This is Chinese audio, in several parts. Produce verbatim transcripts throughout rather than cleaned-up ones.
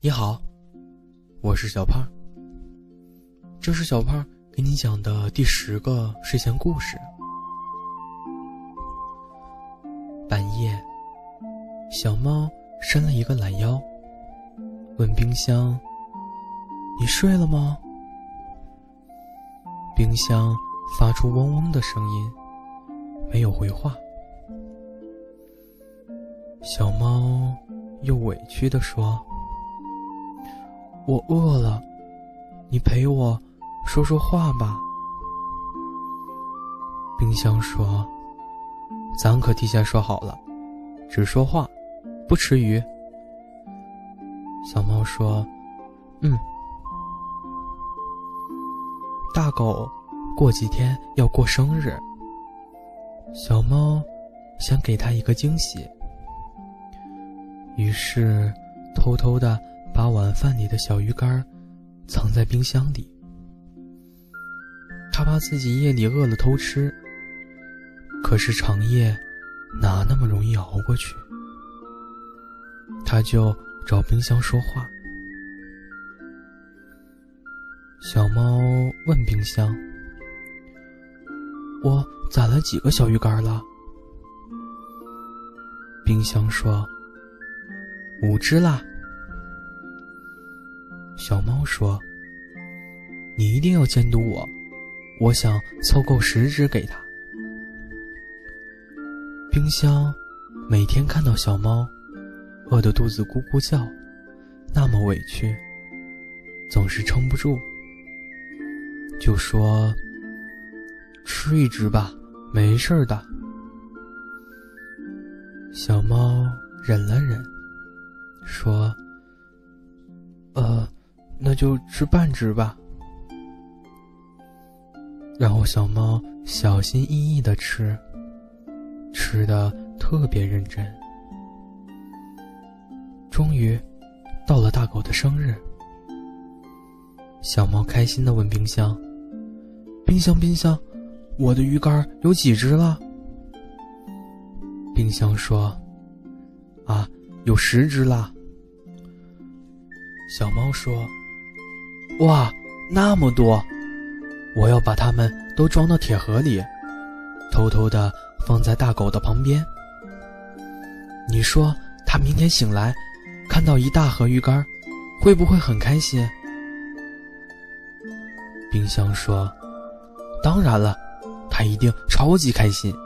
你好，我是小胖，这是小胖给你讲的第十个睡前故事。半夜，小猫伸了一个懒腰，问冰箱：你睡了吗？冰箱发出嗡嗡的声音，没有回话。小猫又委屈地说：我饿了，你陪我说说话吧。冰箱说：咱可提前说好了，只说话，不吃鱼。小猫说：嗯。大狗过几天要过生日，小猫想给他一个惊喜，于是偷偷地把晚饭里的小鱼干藏在冰箱里。他怕自己夜里饿了偷吃，可是长夜哪那么容易熬过去，他就找冰箱说话。小猫问冰箱：我攒了几个小鱼干了？冰箱说：五只啦。小猫说：你一定要监督我，我想凑够十只给他。冰箱每天看到小猫饿得肚子咕咕叫，那么委屈，总是撑不住，就说：吃一只吧，没事的。小猫忍了忍，说：呃那就吃半只吧。然后小猫小心翼翼地吃，吃得特别认真。终于到了大狗的生日，小猫开心地问冰箱：冰箱冰箱，我的鱼干有几只了？冰箱说：啊，有十只啦。小猫说：哇，那么多，我要把它们都装到铁盒里，偷偷地放在大狗的旁边。你说他明天醒来看到一大盒鱼干，会不会很开心？冰箱说：当然了，他一定超级开心。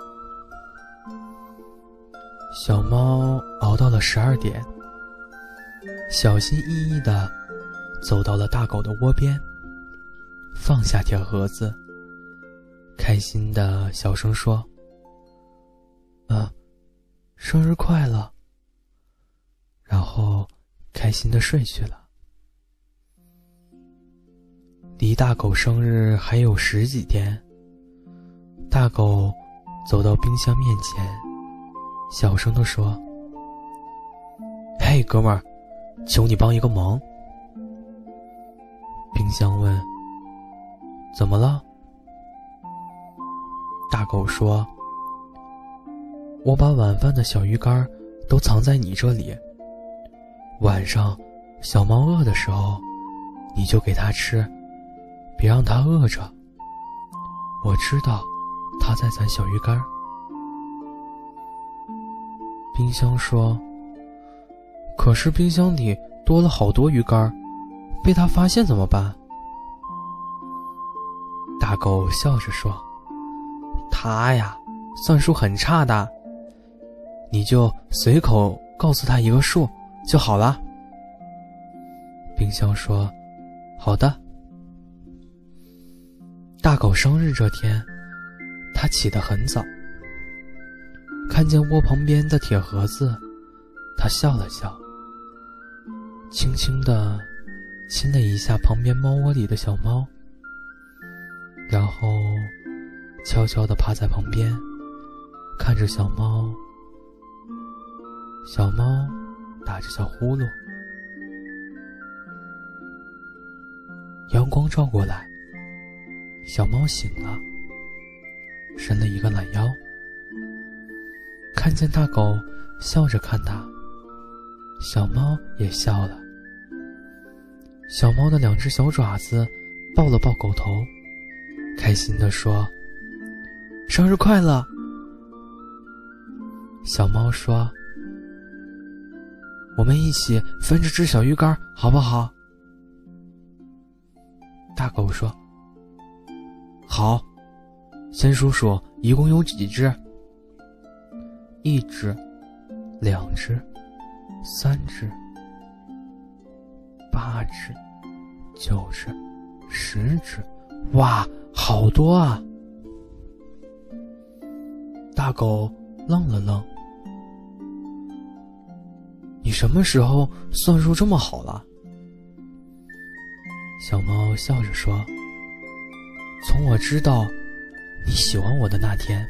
小猫熬到了十二点，小心翼翼地走到了大狗的窝边，放下铁盒子，开心地小声说：啊，生日快乐。然后开心地睡去了。离大狗生日还有十几天，大狗走到冰箱面前，小声地说：嘿，哥们儿，求你帮一个忙。冰箱问：怎么了？大狗说：我把晚饭的小鱼干都藏在你这里，晚上小猫饿的时候你就给它吃，别让它饿着。我知道它在攒小鱼干。冰箱说：可是冰箱里多了好多鱼干，被它发现怎么办？大狗笑着说：它呀，算术很差的，你就随口告诉它一个数就好了。冰箱说：好的。大狗生日这天，它起得很早，看见窝旁边的铁盒子，它笑了笑，轻轻地亲了一下旁边猫窝里的小猫，然后悄悄地趴在旁边，看着小猫。小猫打着小呼噜，阳光照过来，小猫醒了，伸了一个懒腰，看见大狗笑着看它，小猫也笑了， 小猫的两只小爪子抱了抱狗头，开心地说：“生日快乐！”小猫说：“我们一起分着吃小鱼干好不好？”大狗说：“好，先数数一共有几只？一只，两只，三只，八只，九只，十只，哇，好多啊！”大狗愣了愣：“你什么时候算数这么好了？”小猫笑着说：“从我知道你喜欢我的那天。”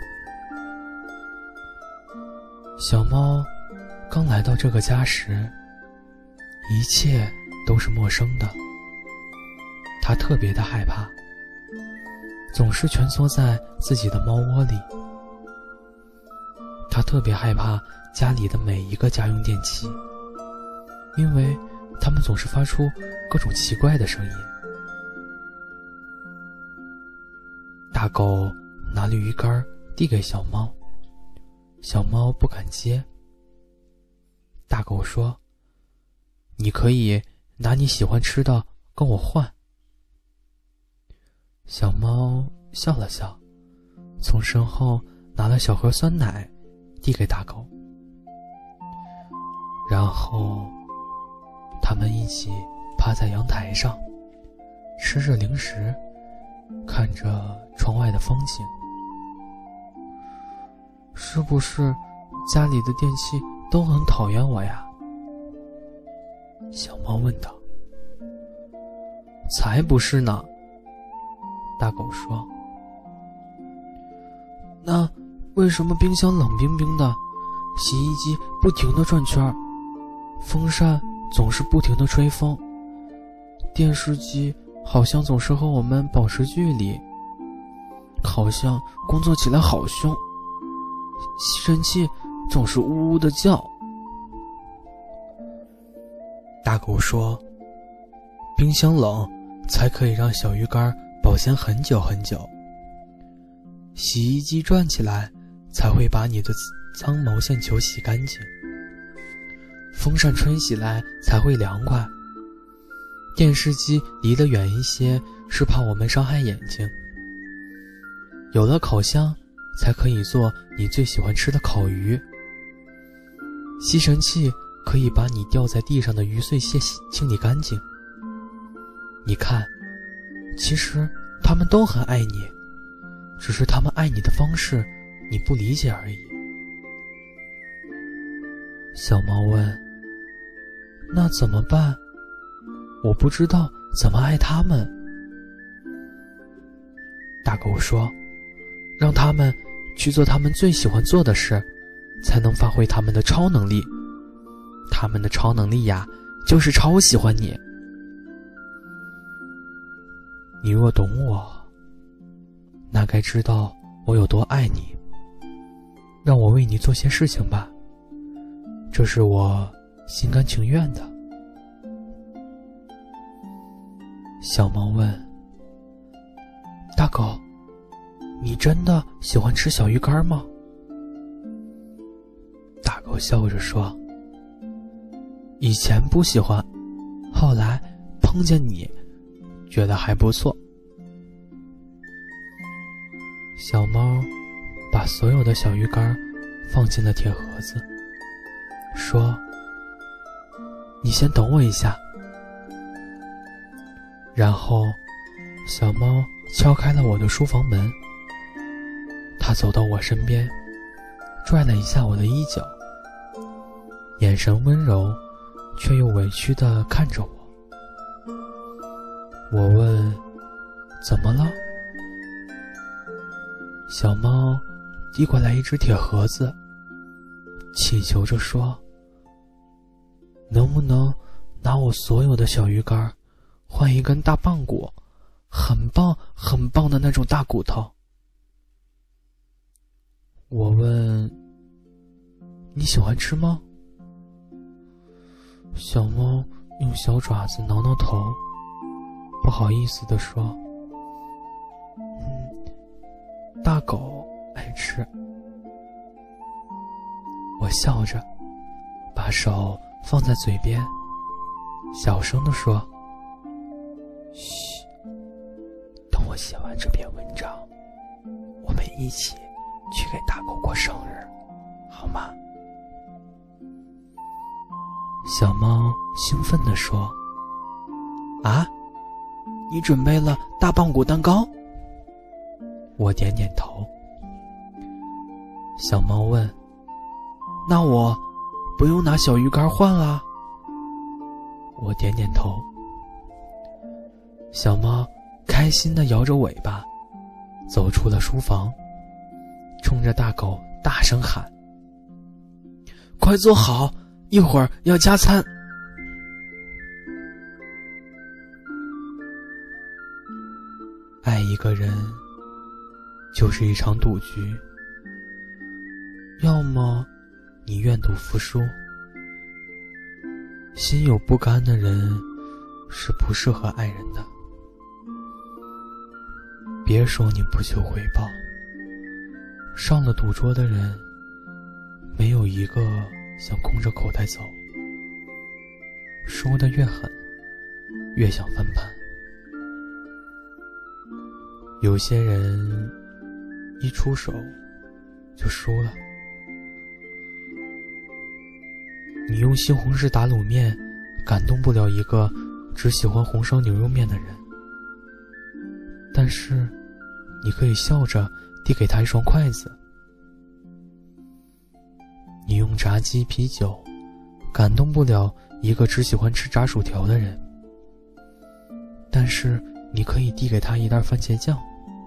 小猫刚来到这个家时，一切都是陌生的，它特别的害怕，总是蜷缩在自己的猫窝里。它特别害怕家里的每一个家用电器，因为它们总是发出各种奇怪的声音。大狗拿了鱼竿递给小猫，小猫不敢接。大狗说：“你可以拿你喜欢吃的跟我换。”小猫笑了笑，从身后拿了小盒酸奶递给大狗，然后他们一起趴在阳台上，吃着零食，看着窗外的风景。是不是家里的电器都很讨厌我呀？小猫问道。才不是呢，大狗说。那为什么冰箱冷冰冰的，洗衣机不停地转圈，风扇总是不停地吹风，电视机好像总是和我们保持距离，好像工作起来好凶，吸尘器总是呜呜地叫？大狗说：“冰箱冷才可以让小鱼干保鲜很久很久，洗衣机转起来才会把你的脏毛线球洗干净，风扇吹起来才会凉快，电视机离得远一些是怕我们伤害眼睛，有了烤箱才可以做你最喜欢吃的烤鱼，吸尘器可以把你掉在地上的鱼碎屑清理干净。你看，其实他们都很爱你，只是他们爱你的方式你不理解而已。”小猫问：“那怎么办？我不知道怎么爱他们。”大狗说：“让他们去做他们最喜欢做的事，才能发挥他们的超能力。他们的超能力呀，就是超喜欢你。你若懂我，那该知道我有多爱你。让我为你做些事情吧，这是我心甘情愿的。”小猫问：“大狗，你真的喜欢吃小鱼干吗？”大狗笑着说：“以前不喜欢，后来碰见你，觉得还不错。”小猫把所有的小鱼干放进了铁盒子，说：“你先等我一下。”然后小猫敲开了我的书房门，它走到我身边，拽了一下我的衣角，眼神温柔却又委屈地看着我。我问：“怎么了？”小猫递过来一只铁盒子，祈求着说：“能不能拿我所有的小鱼干换一根大棒骨，很棒很棒的那种大骨头？”我问：“你喜欢吃吗？”小猫用小爪子挠挠头， 不好意思地说：“嗯，大狗爱吃。”我笑着，把手放在嘴边，小声地说：“嘘，等我写完这篇文章，我们一起去给大狗过生日，好吗？”小猫兴奋地说：“啊，你准备了大棒骨蛋糕？”我点点头。小猫问：“那我不用拿小鱼干换啦？”我点点头。小猫开心地摇着尾巴，走出了书房，冲着大狗大声喊：“快坐好，一会儿要加餐。”爱一个人就是一场赌局，要么你愿赌服输。心有不甘的人是不适合爱人的。别说你不求回报，上了赌桌的人没有一个想空着口袋走，输得越狠越想翻盘。有些人一出手就输了。你用西红柿打卤面感动不了一个只喜欢红烧牛肉面的人，但是你可以笑着递给他一双筷子。你用炸鸡啤酒感动不了一个只喜欢吃炸薯条的人，但是你可以递给他一袋番茄酱。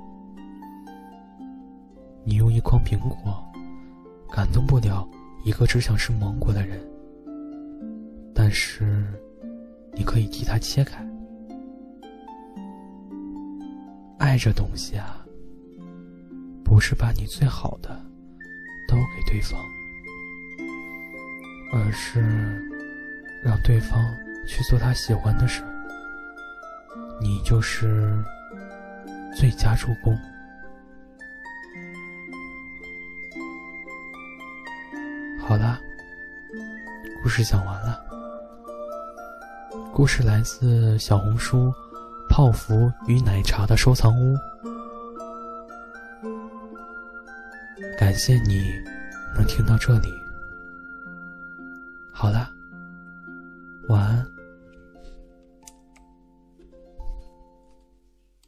你用一筐苹果感动不了一个只想吃芒果的人，但是你可以替他切开。爱这东西啊，不是把你最好的都给对方，而是让对方去做他喜欢的事儿，你就是最佳助攻。好啦，故事讲完了。故事来自小红书泡芙与奶茶的收藏屋。感谢你能听到这里。好了，晚安。